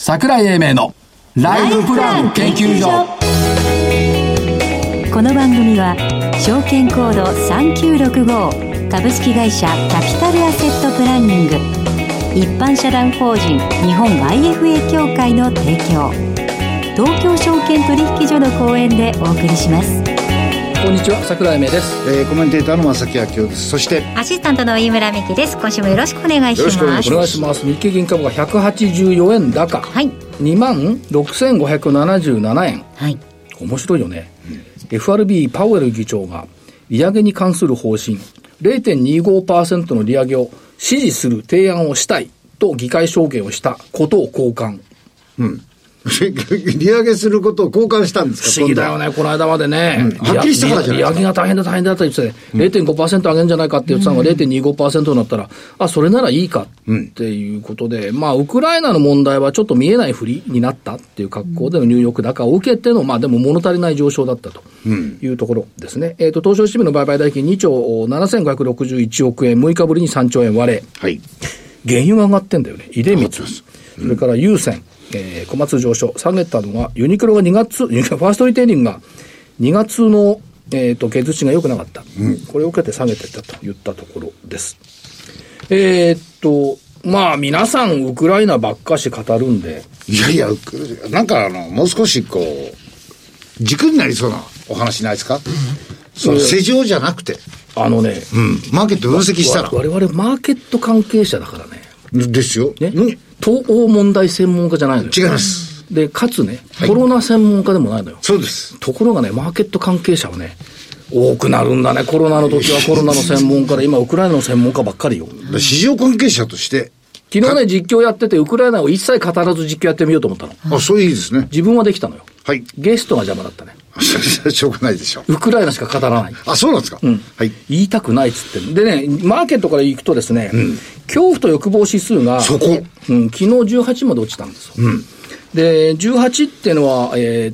櫻井英明のライフプラン研究所。 この番組は証券コード3965株式会社キャピタルアセットプランニング、一般社団法人日本 IFA 協会の提供、東京証券取引所の講演でお送りします。 こんにちは、櫻井英明です。 コメンテーターの正木明夫です。そしてアシスタントの飯村美希です。今週もよろしくお願いします。 お願いします。日経銀株が184円高、はい、26,577 円、はい、面白いよね、FRB パウエル議長が利上げに関する方針 0.25% の利上げを支持する提案をしたいと議会証言をしたことを交換。 利上げすることを交換したんですか。 不思議だよね。この間までね、 はっきりしたからじゃないですか。 利上げが大変だと言ってて、0.5% 上げるんじゃないかって言ってたのが 0.25% になったら、それならいいかっていうことで、ウクライナの問題はちょっと見えないふりになったっていう格好でのニューヨーク高を受けての、でも物足りない上昇だったというところですね。東証支部の売買代金2兆7561億円、6日ぶりに3兆円割れ。はい。原油が上がってんだよね。出光。それから優先。小松上昇下げたのがユニクロが2月ファーストリテイリングが2月の、月値が良くなかった、これを受けて下げてたといったところです。皆さんウクライナばっかし語るんで、 いやなんかもう少し軸になりそうなお話ないですか。その世情じゃなくてマーケット分析したら我々マーケット関係者だからね。 ですよ、 東欧問題専門家じゃないのよ。 違います。 でかつね、コロナ専門家でもないのよ。 そうです。 ところがね、マーケット関係者はね多くなるんだね。コロナの時はコロナの専門家で、今ウクライナの専門家ばっかりよ。 市場関係者として昨日ね実況やってて、ウクライナを一切語らず実況やってみようと思ったの。 そういいですね。 自分はできたのよ。 はい。 ゲストが邪魔だったね。 しょうがないでしょ。 ウクライナしか語らない。 そうなんですか。 はい。言いたくないっつって。でね、マーケットから行くとですね、恐怖と欲望指数がそこ、 昨日18まで落ちたんですよ。で18っていうのは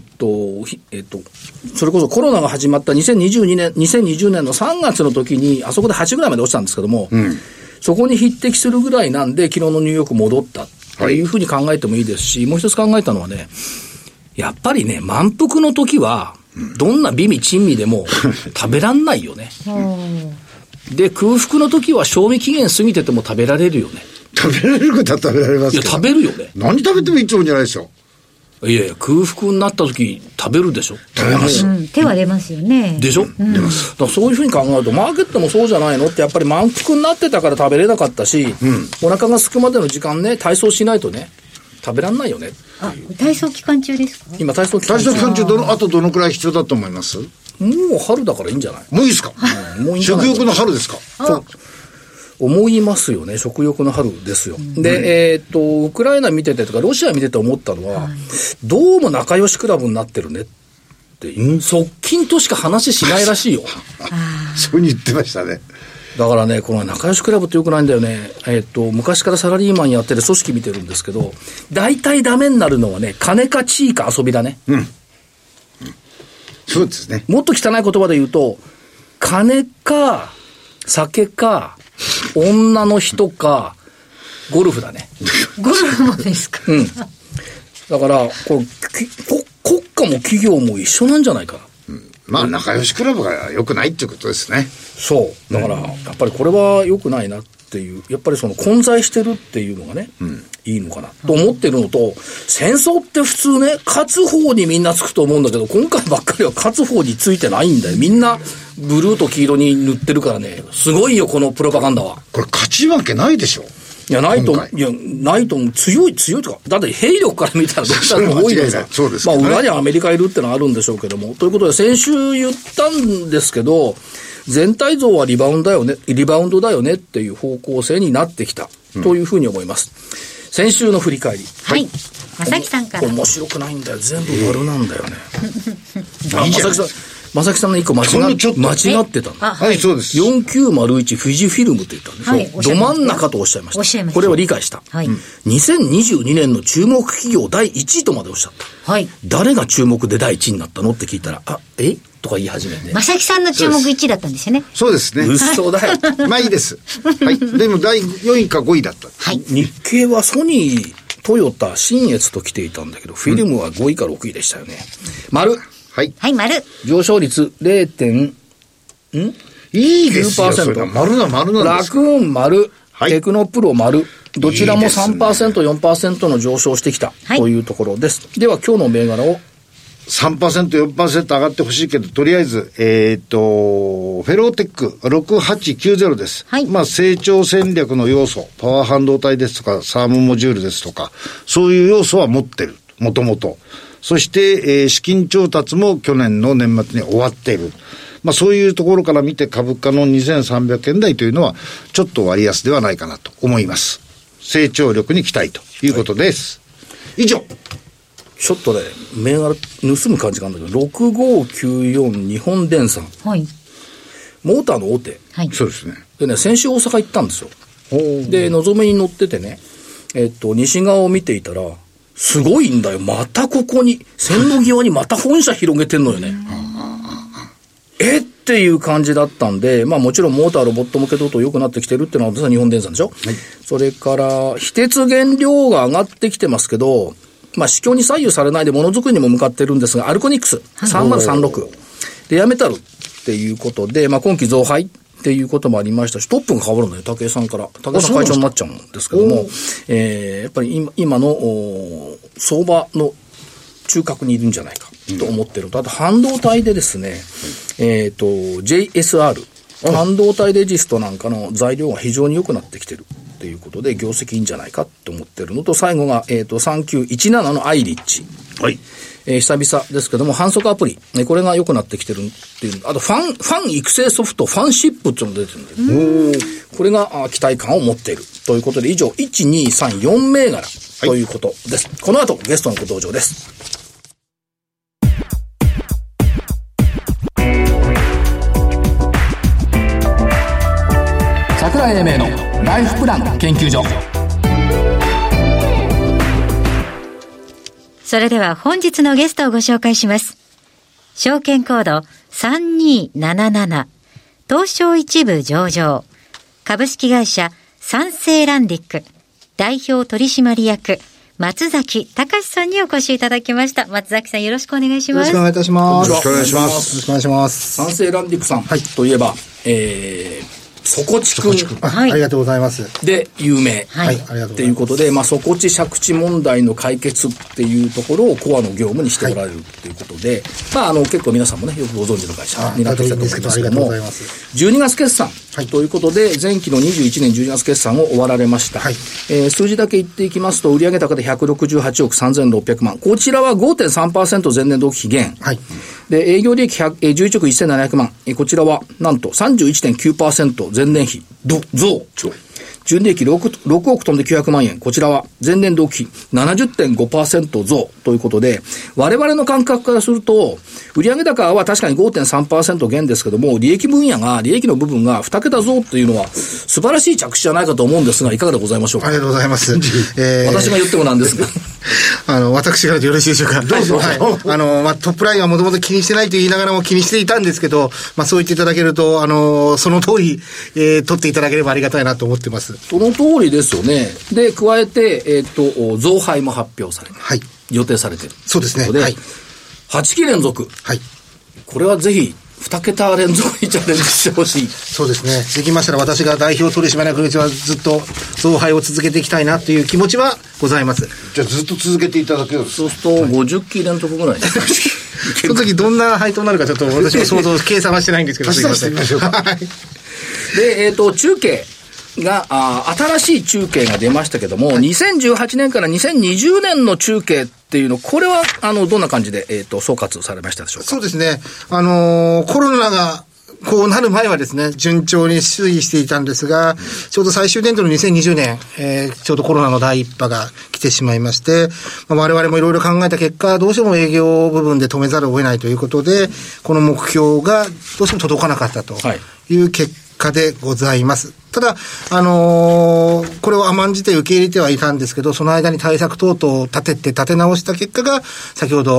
それこそコロナが始まった2020年の3月の時にあそこで8ぐらいまで落ちたんですけども、そこに匹敵するぐらいなんで昨日のニューヨーク戻ったというふうに考えてもいいですし、もう一つ考えたのはね、やっぱりね、満腹の時はどんな美味珍味でも食べらんないよね。で空腹の時は賞味期限過ぎてても食べられるよね。 食べられることは食べられますけど。 いや食べるよね。 何食べてもいいってもんじゃないでしょ。 いや空腹になった時食べるでしょ。 食べます、 手は出ますよね。 でしょ、出ます。だからそういうふうに考えるとマーケットもそうじゃないのって、やっぱり満腹になってたから食べれなかったし、お腹が空くまでの時間ね、体操しないとね食べらんないよね。 体操期間中ですか。 今体操期間中。 あとどのくらい必要だと思います。 もう春だからいいんじゃない。 もういいですか。もういいんじゃない。食欲の春ですか。 そう思いますよね。食欲の春ですよ。で、ウクライナ見ててとかロシア見てて思ったのは、どうも仲良しクラブになってるねっていう、側近としか話しないらしいよ。 そうに言ってましたね。 だからね、この仲良しクラブってよくないんだよね。昔からサラリーマンやってる組織見てるんですけど、大体ダメになるのはね、金か地位か遊びだね。 そうですね。 もっと汚い言葉で言うと、金か酒か女の人かゴルフだね。 ゴルフもですか。 だから国家も企業も一緒なんじゃないかな。 仲良しクラブが良くないっていうことですね。 そうだから、やっぱりこれは良くないなっていう、やっぱりその混在してるっていうのがね、いいのかなと思ってるのと、戦争って普通ね、勝つ方にみんなつくと思うんだけど、今回ばっかりは勝つ方についてないんだよ。みんなブルーと黄色に塗ってるからね、すごいよこのプロパガンダは。 これ勝ち負けないでしょ。 いやないと思う。強いとか、だって兵力から見たらどっちだって多いのさ。 そうですね。 裏にはアメリカいるってのはあるんでしょうけども、ということで先週言ったんですけど、全体像はリバウンドだよねっていう方向性になってきたというふうに思います。先週の振り返り。 はい。正木さんから。 面白くないんだよ。全部丸なんだよね。正木さんの一個間違ってたの。 はい、そうです。 4901富士フィルムと言ったんですよ。はい、ど真ん中とおっしゃいました。これは理解した。はい、2022年の注目企業第1位とまでおっしゃった。はい、誰が注目で第1位になったのって聞いたら、とか言い始めて。 正木さんの注目1位だったんですよね。 そうですね。 嘘だよ。 まあいいです。はい。でも第4位か5位だった。 はい。日経はソニートヨタ、新越と来ていたんだけど、フィルムは5位か6位でしたよね。丸。 はい。はい、丸。 上昇率 0. いいですよ。丸なんです。 ラクーン丸。はい、テクノプロ丸。どちらも 3%、4% の上昇してきたというところです。では今日の銘柄を。 3%、4% 上がってほしいけど、とりあえず、フェローテック6890です。はい。まあ、成長戦略の要素、パワー半導体ですとか、サーモモジュールですとか、そういう要素は持ってる。もともと。そして、資金調達も去年の年末に終わっている。まあ、そういうところから見て株価の2300円台というのは、ちょっと割安ではないかなと思います。成長力に期待ということです。はい、以上。 ちょっとね、銘柄盗む感じがあるんだけど、6594日本電産。はい。モーターの大手。 はい。 そうですね。 でね、先週大阪行ったんですよ。で、のぞみに乗っててね、西側を見ていたら、すごいんだよ。またここに、線路際にまた本社広げてんのよね。っていう感じだったんで、まあもちろんモーター、ロボット向け等々良くなってきてるっていうのは日本電産でしょ。はい。それから、非鉄原料が上がってきてますけど、まあ、市況に左右されないでものづくりにも向かってるんですが、アルコニックス3036でやめたるっていうことで、まあ、今期増配っていうこともありましたし、トップが変わるのよ、武井さんから。武井さん会長になっちゃうんですけども、やっぱり今の相場の中核にいるんじゃないかと思ってると、あと半導体でですね、JSR、半導体レジストなんかの材料が非常に良くなってきてる。ということで業績いいんじゃないかと思ってるのと、最後が、3917のアイリッチ。はい。久々ですけども、反則アプリ。これが良くなってきてるっていう。あと、ファン育成ソフト、ファンシップっていうのが出てるんで、これが期待感を持っている。ということで、以上、1、2、3、4銘柄ということです。はい、この後、ゲストのご登場です。 桜井英明のライフプラン研究所。 それでは本日のゲストをご紹介します。証券コード3277東証一部上場株式会社三成ランディック代表取締役松崎隆さんにお越しいただきました。松崎さん、よろしくお願いします。 よろしくお願いいたします。 よろしくお願いします。 よろしくお願いします。 三成ランディックさん、はい、といえば、底地くん、 はい、ありがとうございます。 で有名、 はい、ありがとうございます。 ということで、まあ、底地借地問題の解決っていうところをコアの業務にしておられるということで、まあ、結構皆さんもねよくご存知の会社になってきたと思いますけども、12月決算、はい、ということで前期の21年12月決算を終わられました。はい、数字だけ言っていきますと、売上高で168億3600万、こちらは 5.3% 前年同期比減、はい、で営業利益11億1700万、こちらはなんと 31.9% 前年比増。純利益 6億飛んで900万円。こちらは前年同期 70.5% 増ということで、我々の感覚からすると、売上高は確かに 5.3% 減ですけども、利益の部分が2桁増というのは素晴らしい着地じゃないかと思うんですが、いかがでございましょうか。 ありがとうございます。 私が言ってもなんですが。 私からでよろしいでしょうか。 どうぞ。はい。 まあ、トップラインはもともと気にしてないと言いながらも気にしていたんですけど、まあ、そう言っていただけると、その通り、取っていただければありがたいなと思ってます。 その通りですよね。で、加えて、増配も発表されて、はい、予定されている。 そうですね。はい。 8期連続。はい。これはぜひ、2桁連続にチャレンジしてほしい。 そうですね。できましたら私が代表取締役はずっと増配を続けていきたいなという気持ちはございます。 じゃあずっと続けていただけるんですか。 そうすると50期連続ぐらい。 その時どんな配当になるかちょっと私も想像、計算はしてないんですけど。 足ししてみましょうか。はい。 で、中継が、新しい中継が出ましたけども、はい、2018年から2020年の中継っていうの、これは、どんな感じで、総括されましたでしょうか。 そうですね。コロナが、こうなる前はですね、順調に推移していたんですが、ちょうど最終年度の2020年、ちょうどコロナの第一波が来てしまいまして、我々もいろいろ考えた結果、どうしても営業部分で止めざるを得ないということで、この目標がどうしても届かなかったという結果でございます。ただ、これを甘んじて受け入れてはいたんですけど、その間に対策等々を立て直した結果が、先ほど、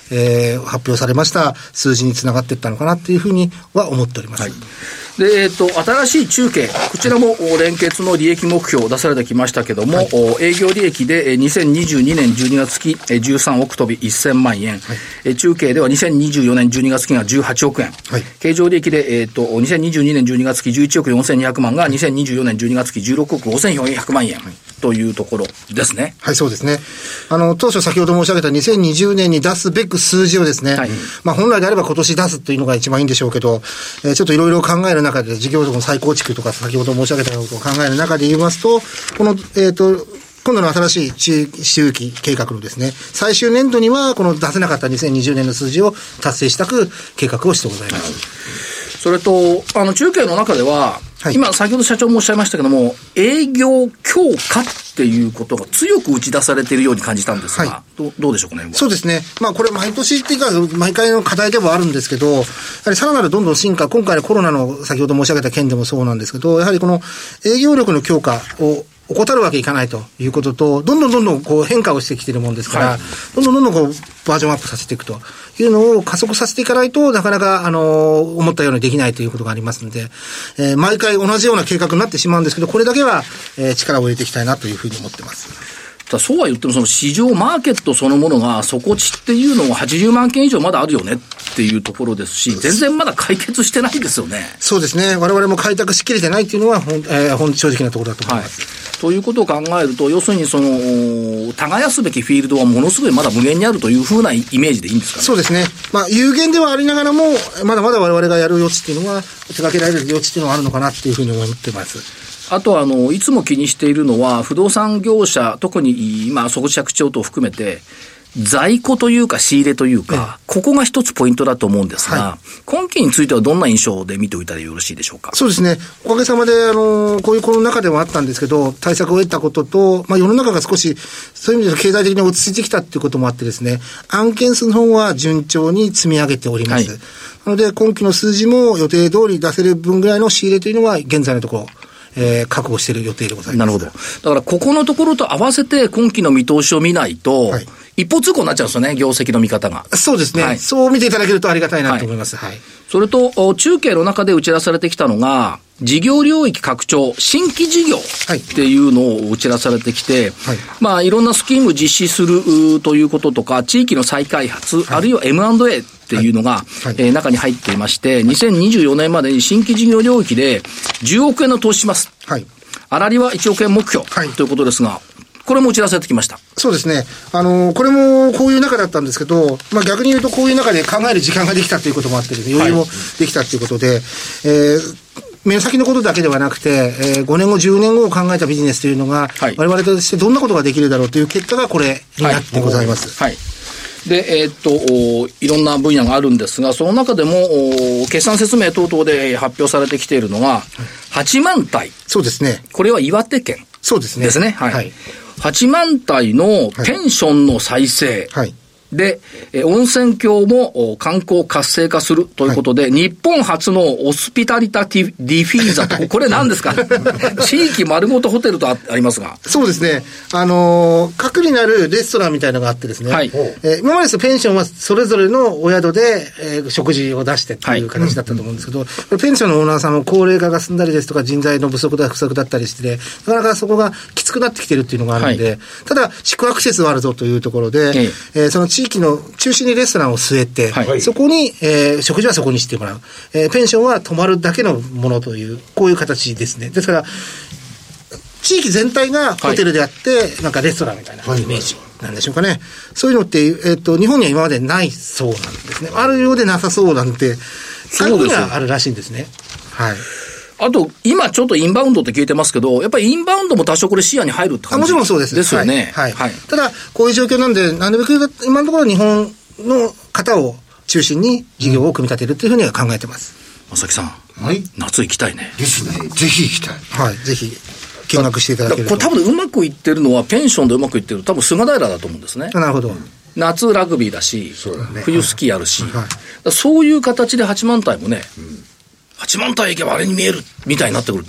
発表されました数字につながっていったのかなというふうには思っております。 で、新しい中継、こちらも連結の利益目標出されてきましたけども、営業利益で2022年12月期13億飛び1000万円、中継では2024年12月期が18億円、経常利益で、2022年12月期11億4200万が2024年12月期16億5400万円というところですね。 はい、そうですね。当初先ほど申し上げた2020年に出すべく数字をですね、本来であれば今年出すというのが一番いいんでしょうけど、ちょっといろいろ考える中で、事業の再構築とか先ほど申し上げたようなことを考える中で言いますと、この、今度の新しい中期計画のですね、最終年度にはこの出せなかった2020年の数字を達成したく計画をしてございます。 それと、中継の中では、今、先ほど社長もおっしゃいましたけども、営業強化っていうことが強く打ち出されているように感じたんですが、どうでしょうかね。 そうですね。これ毎年っていうか、毎回の課題ではあるんですけど、やはりさらなるどんどん進化、今回のコロナの先ほど申し上げた件でもそうなんですけど、やはりこの営業力の強化を怠るわけいかないということと、どんどんこう変化をしてきているもんですから、どんどんこうバージョンアップさせていくというのを加速させていかないとなかなか思ったようにできないということがありますので、毎回同じような計画になってしまうんですけど、これだけは、力を入れていきたいなというふうに思ってます。 そうは言ってもその市場マーケットそのものが底地っていうのも80万件以上まだあるよねっていうところですし、全然まだ解決してないですよね。 そうですね。我々も開拓しきれてないっていうのは正直なところだと思います。 ということを考えると、要するに耕すべきフィールドはものすごいまだ無限にあるというふうなイメージでいいんですかね。 そうですね。有限ではありながらも、まだまだ我々がやる余地っていうのは、手掛けられる余地っていうのはあるのかなっていうふうに思ってます。 あといつも気にしているのは、不動産業者、特に今、即着調等を含めて、在庫というか仕入れというか、ここが一つポイントだと思うんですが、今期についてはどんな印象で見ておいたらよろしいでしょうか。 そうですね。おかげさまで、こういうコロナ禍ではあったんですけど、対策を得たことと、世の中が少し、そういう意味で経済的に落ち着いてきたっていうこともあってですね、案件数の方は順調に積み上げております。なので、今期の数字も予定通り出せる分ぐらいの仕入れというのは、現在のところ、確保している予定でございます。 なるほど。だからここのところと合わせて今期の見通しを見ないと、一方通行になっちゃうんですよね、業績の見方が。 そうですね。そう見ていただけるとありがたいなと思います。 それと、中継の中で打ち出されてきたのが、事業領域拡張、新規事業っていうのを打ち出されてきて、いろんなスキーム実施するということとか、地域の再開発、あるいは M&A っていうのが、中に入っていまして、2024年までに新規事業領域で10億円の投資します。粗利は1億円目標ということですが、これも打ち出されてきました。 そうですね。これもこういう中だったんですけど、逆に言うとこういう中で考える時間ができたということもあってですね、余裕もできたということで、目先のことだけではなくて、5年後、10年後を考えたビジネスというのが、我々としてどんなことができるだろうという結果がこれになってございます。 で、いろんな分野があるんですが、その中でも、決算説明等々で発表されてきているのが、八幡平。 そうですね。 これは岩手県。 そうですね。 ですね。八幡平のペンションの再生。で、温泉郷も観光活性化するということで、日本初のオスピタリタティディフィーザと、これ何ですか地域丸ごとホテルとありますが。 そうですね。核になるレストランみたいなのがあってですね。今までですとペンションはそれぞれのお宿で、食事を出してっていう形だったと思うんですけど、ペンションのオーナーさんも高齢化が進んだりですとか、人材の不足だったりして、なかなかそこがきつくなってきてるっていうのがあるんで、ただ宿泊施設はあるぞというところで、その地域の中心にレストランを据えて、そこに、食事はそこにしてもらう、ペンションは泊まるだけのものという、こういう形ですね。ですから地域全体がホテルであって、なんかレストランみたいなイメージなんでしょうかね。そういうのって、日本には今までないそうなんですね。あるようでなさそうなんて、韓国にはあるらしいんですね。 あと、今ちょっとインバウンドって聞いてますけど、やっぱりインバウンドも多少これ視野に入るって感じもちろんそうです。 ですよね。 ただ、こういう状況なんで、なるべく今のところ日本の方を中心に事業を組み立てるというふうには考えてます。 正木さん。夏行きたいね。 ですね。ぜひ行きたい。 ぜひ。見学していただけると。 これ多分うまくいってるのは、ペンションでうまくいってる多分菅平だと思うんですね。 なるほど。 夏ラグビーだし、冬スキーあるし、そういう形で八幡平もね、八幡平行けばあれに見えるみたいになってくると。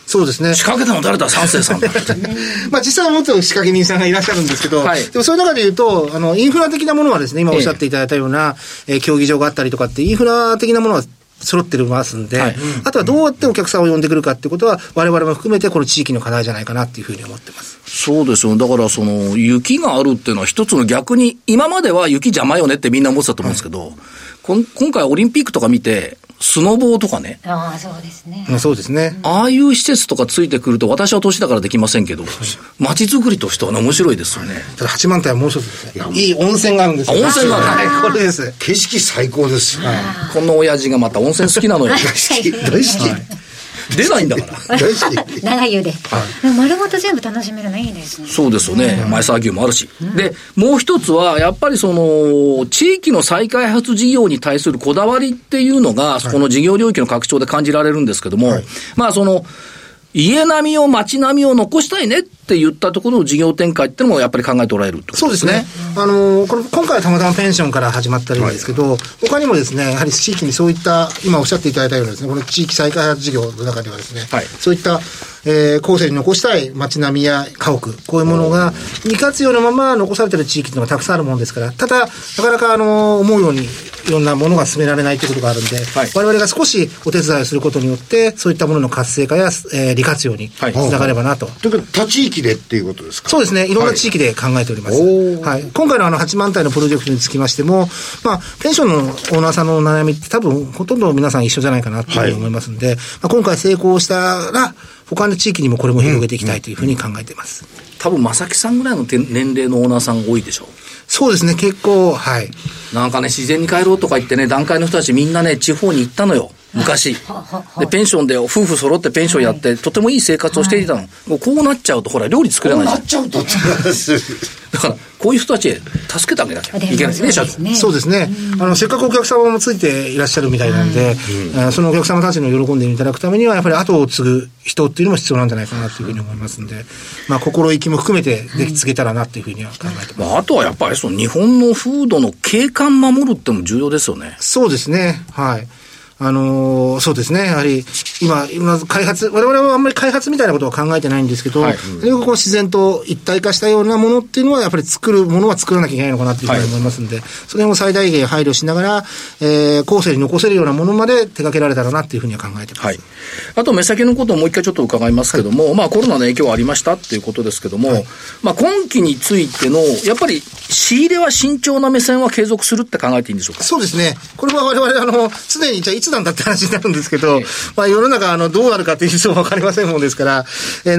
そうですね。 仕掛けたの誰だ、三世さんだって。 まあ実際はもっと仕掛け人さんがいらっしゃるんですけど、はい、でもそういう中で言うと、インフラ的なものはですね、今おっしゃっていただいたような、競技場があったりとかって、インフラ的なものは揃ってますんで、はい、あとはどうやってお客さんを呼んでくるかってことは、我々も含めてこの地域の課題じゃないかなっていうふうに思ってます。 そうですよ。だから雪があるっていうのは一つの逆に、今までは雪邪魔よねってみんな思ってたと思うんですけど、はい、今回オリンピックとか見て、スノボーとかね。 ああ、そうですね。 そうですね。 ああいう施設とかついてくると、私は年だからできませんけど、街づくりとしてはね、面白いですよね。 ただ八幡平はもう一つですね。いい温泉があるんですよ。 温泉がある。 はい、これです。 景色最高です。 はい、この親父がまた温泉好きなのよ。 大好き。大好き。 はい、出ないんだから長湯で、はい、丸ごと全部楽しめるのいいですね。 そうですよね。前沢牛もあるし、でもう一つはやっぱり地域の再開発事業に対するこだわりっていうのが、この事業領域の拡張で感じられるんですけども、まあ家並みを街並みを残したいねって言ったところの事業展開っていうのもやっぱり考えておられるってことですね。 そうですね。これ今回はたまたまペンションから始まったんですけど、他にもですね、やはり地域にそういった今おっしゃっていただいたようなですね、この地域再開発事業の中ではですね、そういった後世に残したい街並みや家屋、こういうものが未活用のまま残されている地域というのがたくさんあるものですから、ただなかなか思うようにいろんなものが進められないということがあるんで、我々が少しお手伝いをすることによってそういったものの活性化や、利活用につながればなと。 というか他地域でっていうことですか。 そうですね。いろんな地域で考えております。はい。今回の八幡平のプロジェクトにつきましても、まあペンションのオーナーさんのお悩みって多分ほとんど皆さん一緒じゃないかなというふうに思いますので、まあ、今回成功したら他の地域にもこれも広げていきたいというふうに考えています。 多分正木さんぐらいの年齢のオーナーさんが多いでしょう。 そうですね。結構はい。 なんかね、自然に帰ろうとか言ってね、団塊の人たちみんなね、地方に行ったのよ。昔。で、ペンションで夫婦揃ってペンションやって、とてもいい生活をしていたの。もうこうなっちゃうと、ほら、料理作れないじゃん。 こうなっちゃうと。 だから、こういう人たち助けてあげなきゃいけないですね、 そうですね。せっかくお客様もついていらっしゃるみたいなんで、そのお客様たちの喜んでいただくためには、やっぱり後を継ぐ人っていうのも必要なんじゃないかなというふうに思いますんで、まあ、心意気も含めてでき継げたらなというふうには考えてます。 あとはやっぱり日本の風土の景観守るっても重要ですよね。 そうですね。はい。そうですね。やはり、今開発、我々はあんまり開発みたいなことは考えてないんですけど、こう自然と一体化したようなものっていうのは、やっぱり作るものは作らなきゃいけないのかなっていうふうに思いますんで、それを最大限配慮しながら、後世に残せるようなものまで手掛けられたらなっていうふうには考えてます。はい。 あと、目先のことをもう一回ちょっと伺いますけども、まあコロナの影響はありましたっていうことですけども、まあ今期についての、やっぱり仕入れは慎重な目線は継続するって考えていいんでしょうか。 そうですね。これは我々常にじゃあいつなんだって話になるんですけど、まあ世の中どうなるかっていうのは分かりませんもんですから、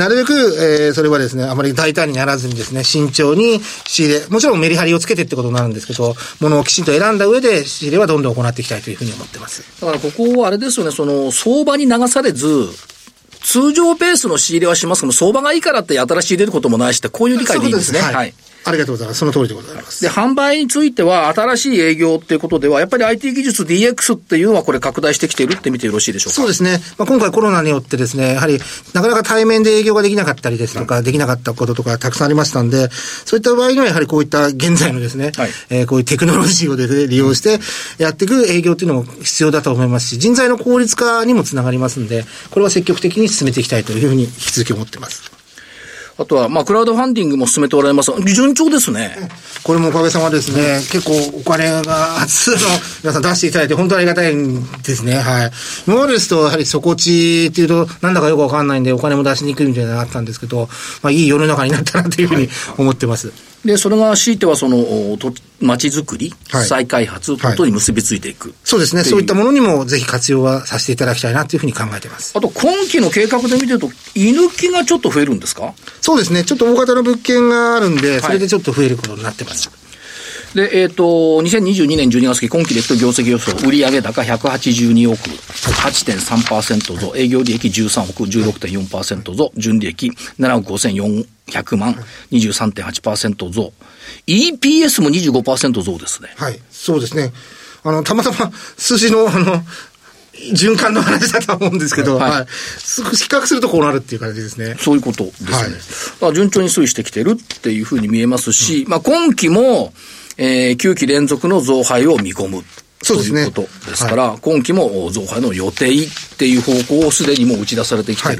なるべく、それはですね、あまり大胆にならずにですね、慎重に仕入れ、もちろんメリハリをつけてってことになるんですけど、ものをきちんと選んだ上で仕入れはどんどん行っていきたいというふうに思ってます。 だからここはあれですよね、相場に流されず、通常ペースの仕入れはしますけど、相場がいいからって新しい入れることもないしって、こういう理解でいいんですね。はい。 ありがとうございます。その通りでございます。 で、販売については、新しい営業っていうことでは、やっぱり IT 技術 DX っていうのはこれ拡大してきているって見てよろしいでしょうか。 そうですね。まあ、今回コロナによってですね、やはり、なかなか対面で営業ができなかったりですとか、できなかったこととかたくさんありましたんで、そういった場合にはやはりこういった現在のですね、こういうテクノロジーをですね、利用してやっていく営業っていうのも必要だと思いますし、人材の効率化にもつながりますんで、これは積極的に進めていきたいというふうに引き続き思っています。 あとは、まあ、クラウドファンディングも進めておられます。順調ですね。 これもおかげさまですね、結構お金が皆さん出していただいて本当にありがたいんですね。はい。今までですと、やはり底地っていうと、なんだかよくわかんないんでお金も出しにくいみたいなのがあったんですけど、まあ、いい世の中になったなというふうに思ってます。 で、それが強いては街づくり、再開発等に結びついていく。 そうですね。そういったものにもぜひ活用はさせていただきたいなというふうに考えています。 あと、今期の計画で見てると、居抜きがちょっと増えるんですか？ そうですね。ちょっと大型の物件があるんで、それでちょっと増えることになってます。 で、2022年12月期今期でいくと業績予想、売上高182億、8.3% 増、営業利益13億、16.4% 増、純利益7億5400万、23.8% 増、EPS も 25% 増ですね。 はい、そうですね。たまたま数字の循環の話だと思うんですけど、はい。比較するとこうなるっていう感じですね。 そういうことですね。はい、だから順調に推移してきてるっていうふうに見えますし、まあ今期も、9期連続の増配を見込む。そうですね。ということですから、今期も増配の予定っていう方向をすでにもう打ち出されてきている。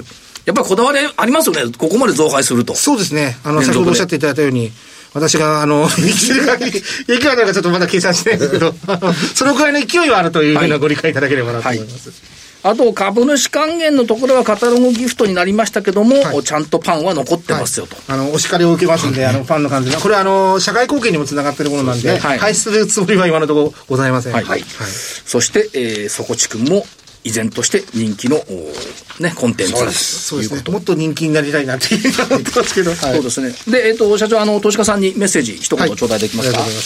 やっぱりこだわりありますよね。ここまで増配すると。 そうですね。先ほどおっしゃっていただいたように、私が、生きてる限り、いくらなのかちょっとまだ計算してないんですけど、そのくらいの勢いはあるというふうなご理解いただければなと思います。 あと、株主還元のところはカタログギフトになりましたけども、ちゃんとパンは残ってますよと。 お叱りを受けますんで、パンの感じが。これは、社会貢献にもつながっているものなんで、廃止するつもりは今のところございません。 そして、底地君も、依然として人気の、コンテンツです。 そうですね。もっと人気になりたいなっていう思ってますけど。 そうですね。で、社長、投資家さんにメッセージ一言頂戴できますか。 ありがとうございます。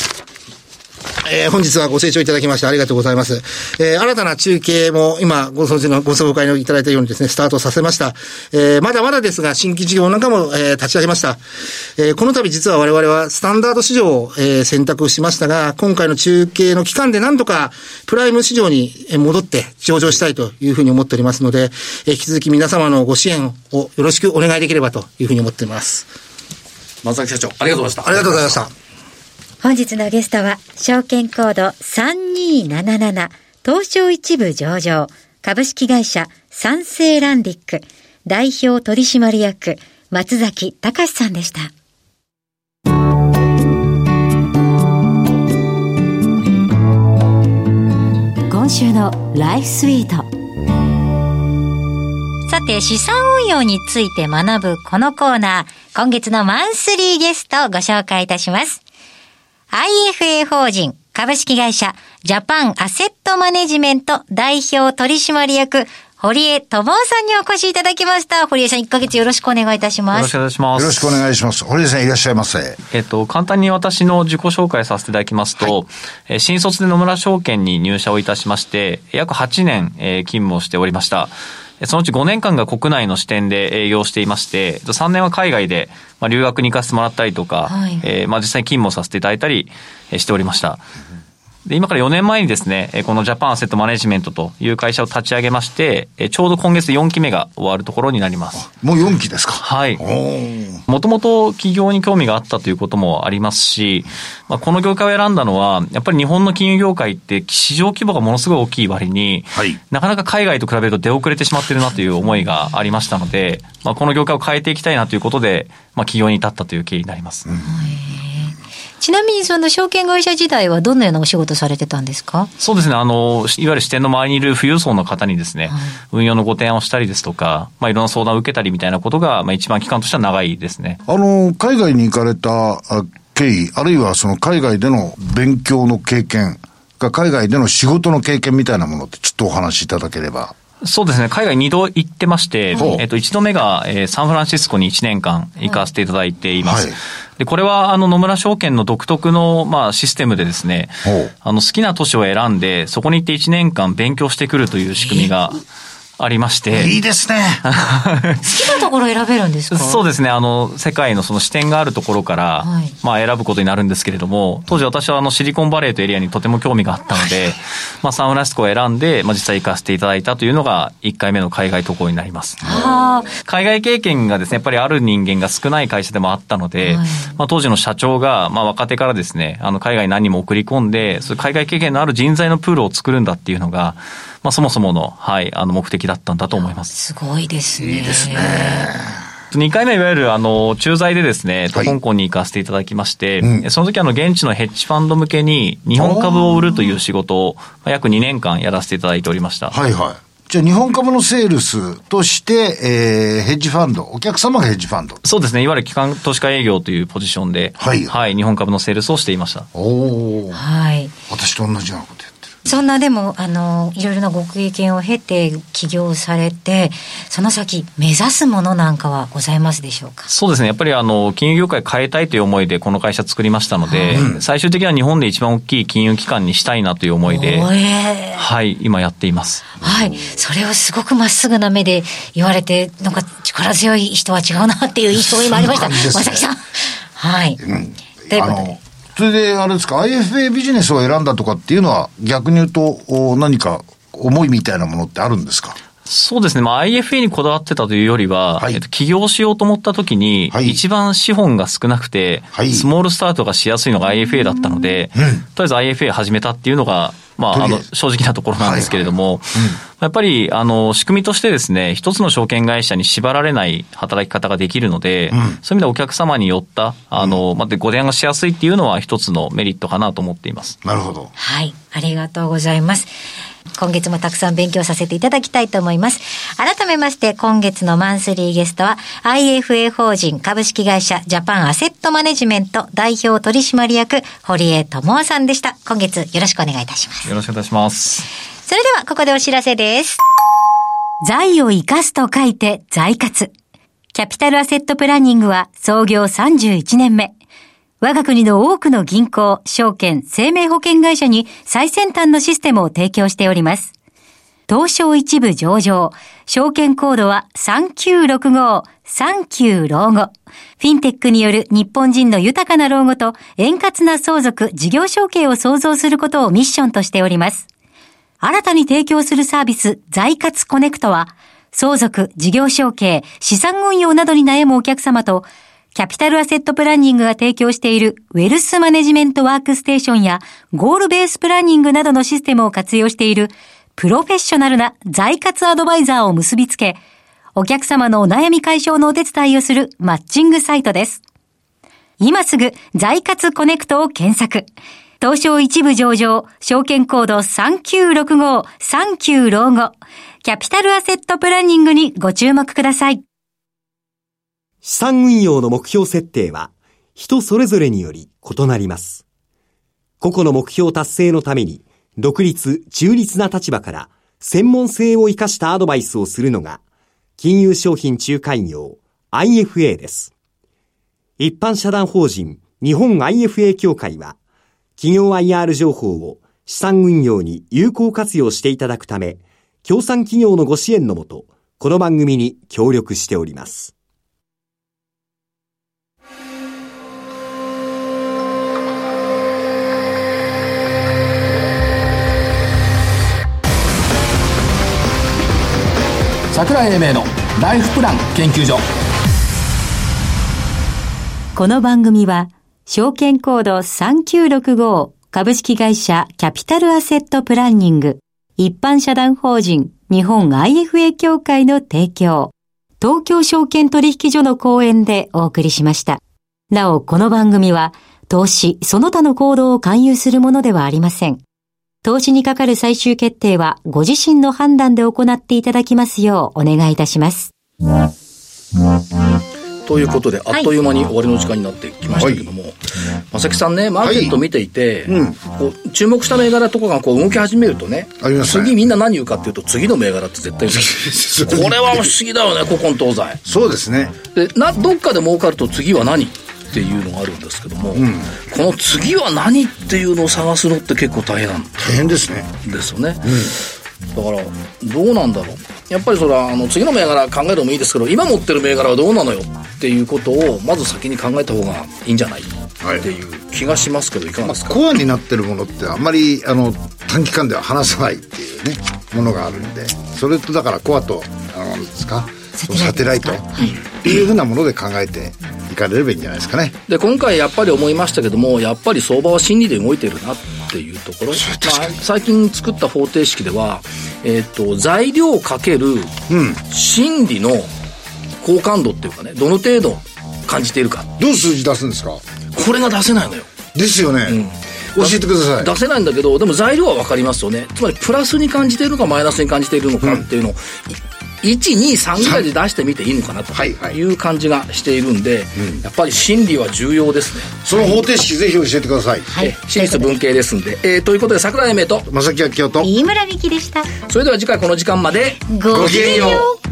本日はご清聴いただきましてありがとうございます。新たな中継も今ご紹介のいただいたようにですね、スタートさせました。まだまだですが、新規事業なんかも、立ち上げました。この度実は我々はスタンダード市場を、選択しましたが、今回の中継の期間でなんとかプライム市場に戻って上場したいというふうに思っておりますので、引き続き皆様のご支援をよろしくお願いできればというふうに思っています。 松崎社長、ありがとうございました。 ありがとうございました。 本日のゲストは、証券コード3277、東証一部上場、株式会社三成ランディック、代表取締役、松崎隆さんでした。今週のライフスイート。さて、資産運用について学ぶこのコーナー、今月のマンスリーゲストをご紹介いたします。IFA 法人株式会社ジャパンアセットマネジメント代表取締役堀江智夫さんにお越しいただきました。堀江さん、1ヶ月よろしくお願いいたします。 よろしくお願いします。 よろしくお願いします。堀江さんいらっしゃいませ。 簡単に私の自己紹介させていただきますと、新卒で野村証券に入社をいたしまして、約8年、勤務をしておりました。そのうち5年間が国内の支店で営業していまして、3年は海外で留学に行かせてもらったりとか、実際に勤務をさせていただいたりしておりました。で、今から4年前にですね、このジャパンアセットマネジメントという会社を立ち上げまして、ちょうど今月4期目が終わるところになります。 もう4期ですか。 はい。もともと企業に興味があったということもありますし、この業界を選んだのは、やっぱり日本の金融業界って市場規模がものすごい大きい割に、なかなか海外と比べると出遅れてしまっているなという思いがありましたので、この業界を変えていきたいなということで、起業に至ったという経緯になります。 ちなみにその証券会社時代はどのようなお仕事されてたんですか？ そうですね。いわゆる支店の周りにいる富裕層の方にですね、運用のご提案をしたりですとか、いろんな相談を受けたりみたいなことが、一番期間としては長いですね。 海外に行かれた経緯、あるいはその海外での勉強の経験が海外での仕事の経験みたいなものってちょっとお話しいただければ。 そうですね。海外2度行ってまして、1度目が、サンフランシスコに1年間行かせていただいています。で、これは野村証券の独特のシステムでですね、好きな都市を選んで、そこに行って1年間勉強してくるという仕組みがありまして。 いいですね。 好きなところ選べるんですか？ そうですね。世界のその視点があるところから、選ぶことになるんですけれども、当時私はシリコンバレーというエリアにとても興味があったので、サンフランシスコを選んで、実際行かせていただいたというのが1回目の海外渡航になります。海外経験がですね、やっぱりある人間が少ない会社でもあったので、当時の社長が、若手からですね、海外何人も送り込んで、そういう海外経験のある人材のプールを作るんだっていうのが、そもそもの、目的だったんだと思います。 すごいですね。 いいですね。 2回目いわゆる駐在でですね、香港に行かせていただきまして、その時現地のヘッジファンド向けに日本株を売るという仕事を約2年間やらせていただいておりました。 じゃあ日本株のセールスとして、ヘッジファンド、お客様がヘッジファンド。 そうですね。いわゆる機関投資家営業というポジションで、日本株のセールスをしていました。 私と同じようなことやってる。 そんなでもいろいろなご経験を経て起業されて、その先目指すものなんかはございますでしょうか？ そうですね。やっぱり金融業界変えたいという思いでこの会社作りましたので、最終的には日本で一番大きい金融機関にしたいなという思いで、今やっています。 それをすごくまっすぐな目で言われて、なんか力強い人は違うなっていう印象が今ありました。松崎さん。ということで。 それであれですか、IFA ビジネスを選んだとかっていうのは逆に言うと何か思いみたいなものってあるんですか？ そうですね。IFA にこだわってたというよりは、起業しようと思った時に、一番資本が少なくて、スモールスタートがしやすいのが IFA だったので、とりあえず IFA 始めたっていうのが正直なところなんですけれども、やっぱり、仕組みとしてですね、一つの証券会社に縛られない働き方ができるので、そういう意味でお客様によった、ご電話しやすいっていうのは一つのメリットかなと思っています。 なるほど。 はい、ありがとうございます。今月もたくさん勉強させていただきたいと思います。改めまして今月のマンスリーゲストは IFA 法人株式会社ジャパンアセットマネジメント代表取締役堀江智夫さんでした。今月よろしくお願いいたします。 よろしくお願いします。 それではここでお知らせです。財を生かすと書いて財活。キャピタルアセットプランニングは創業31年目。我が国の多くの銀行、証券、生命保険会社に最先端のシステムを提供しております。東証一部上場、証券コードは3965、39老後。フィンテックによる日本人の豊かな老後と円滑な相続、事業承継を創造することをミッションとしております。新たに提供するサービス、財活コネクトは、相続、事業承継、資産運用などに悩むお客様と、キャピタルアセットプランニングが提供しているウェルスマネジメントワークステーションやゴールベースプランニングなどのシステムを活用しているプロフェッショナルな財活アドバイザーを結びつけ、お客様のお悩み解消のお手伝いをするマッチングサイトです。今すぐ財活コネクトを検索。東証一部上場、証券コード3965、39老後、キャピタルアセットプランニングにご注目ください。 資産運用の目標設定は人それぞれにより異なります。個々の目標達成のために独立・中立な立場から専門性を生かしたアドバイスをするのが金融商品仲介業 IFA です。一般社団法人日本 IFA 協会は企業 IR 情報を資産運用に有効活用していただくため、協賛企業のご支援のもと、この番組に協力しております。 櫻井英明のライフプラン研究所。 この番組は証券コード3965株式会社キャピタルアセットプランニング一般社団法人日本 IFA 協会の提供、東京証券取引所の講演でお送りしました。なおこの番組は投資その他の行動を勧誘するものではありません。投資にかかる最終決定はご自身の判断で行っていただきますようお願いいたします。 ということであっという間に終わりの時間になってきましたけども、正木さんね、マーケット見ていて、こう注目した銘柄とかがこう動き始めるとね、次みんな何言うかっていうと次の銘柄って絶対言うこれは不思議だよね、古今東西。 そうですね。 でどっかで儲かると次は何っていうのがあるんですけども、この次は何っていうのを探すのって結構大変なん大変ですね。 ですよね。だからどうなんだろう。やっぱりそれは次の銘柄考えるのもいいですけど、今持ってる銘柄はどうなのよっていうことをまず先に考えた方がいいんじゃないっていう気がしますけど、いかがですか。 コアになってるものってあんまり短期間では話さないっていうねものがあるんで、それとだからコアとなんですかサテライトっていうふうなもので考えていかれればいいんじゃないですかね。 で今回やっぱり思いましたけども、やっぱり相場は心理で動いてるなっていうところ、最近作った方程式では、材料かける心理の好感度っていうかね、どの程度感じているか。 どう数字出すんですか。 これが出せないのよ。 ですよね、教えてください。 出せないんだけど、でも材料は分かりますよね。つまりプラスに感じているのかマイナスに感じているのかっていうのを、1、2、3ぐらいで出してみていいのかなという感じがしているんで、やっぱり心理は重要ですね。 その方程式ぜひ教えてください。 私立文系ですんで、ということで櫻井英明と正木明夫と飯村美希でした。 それでは次回この時間までごきげんよう。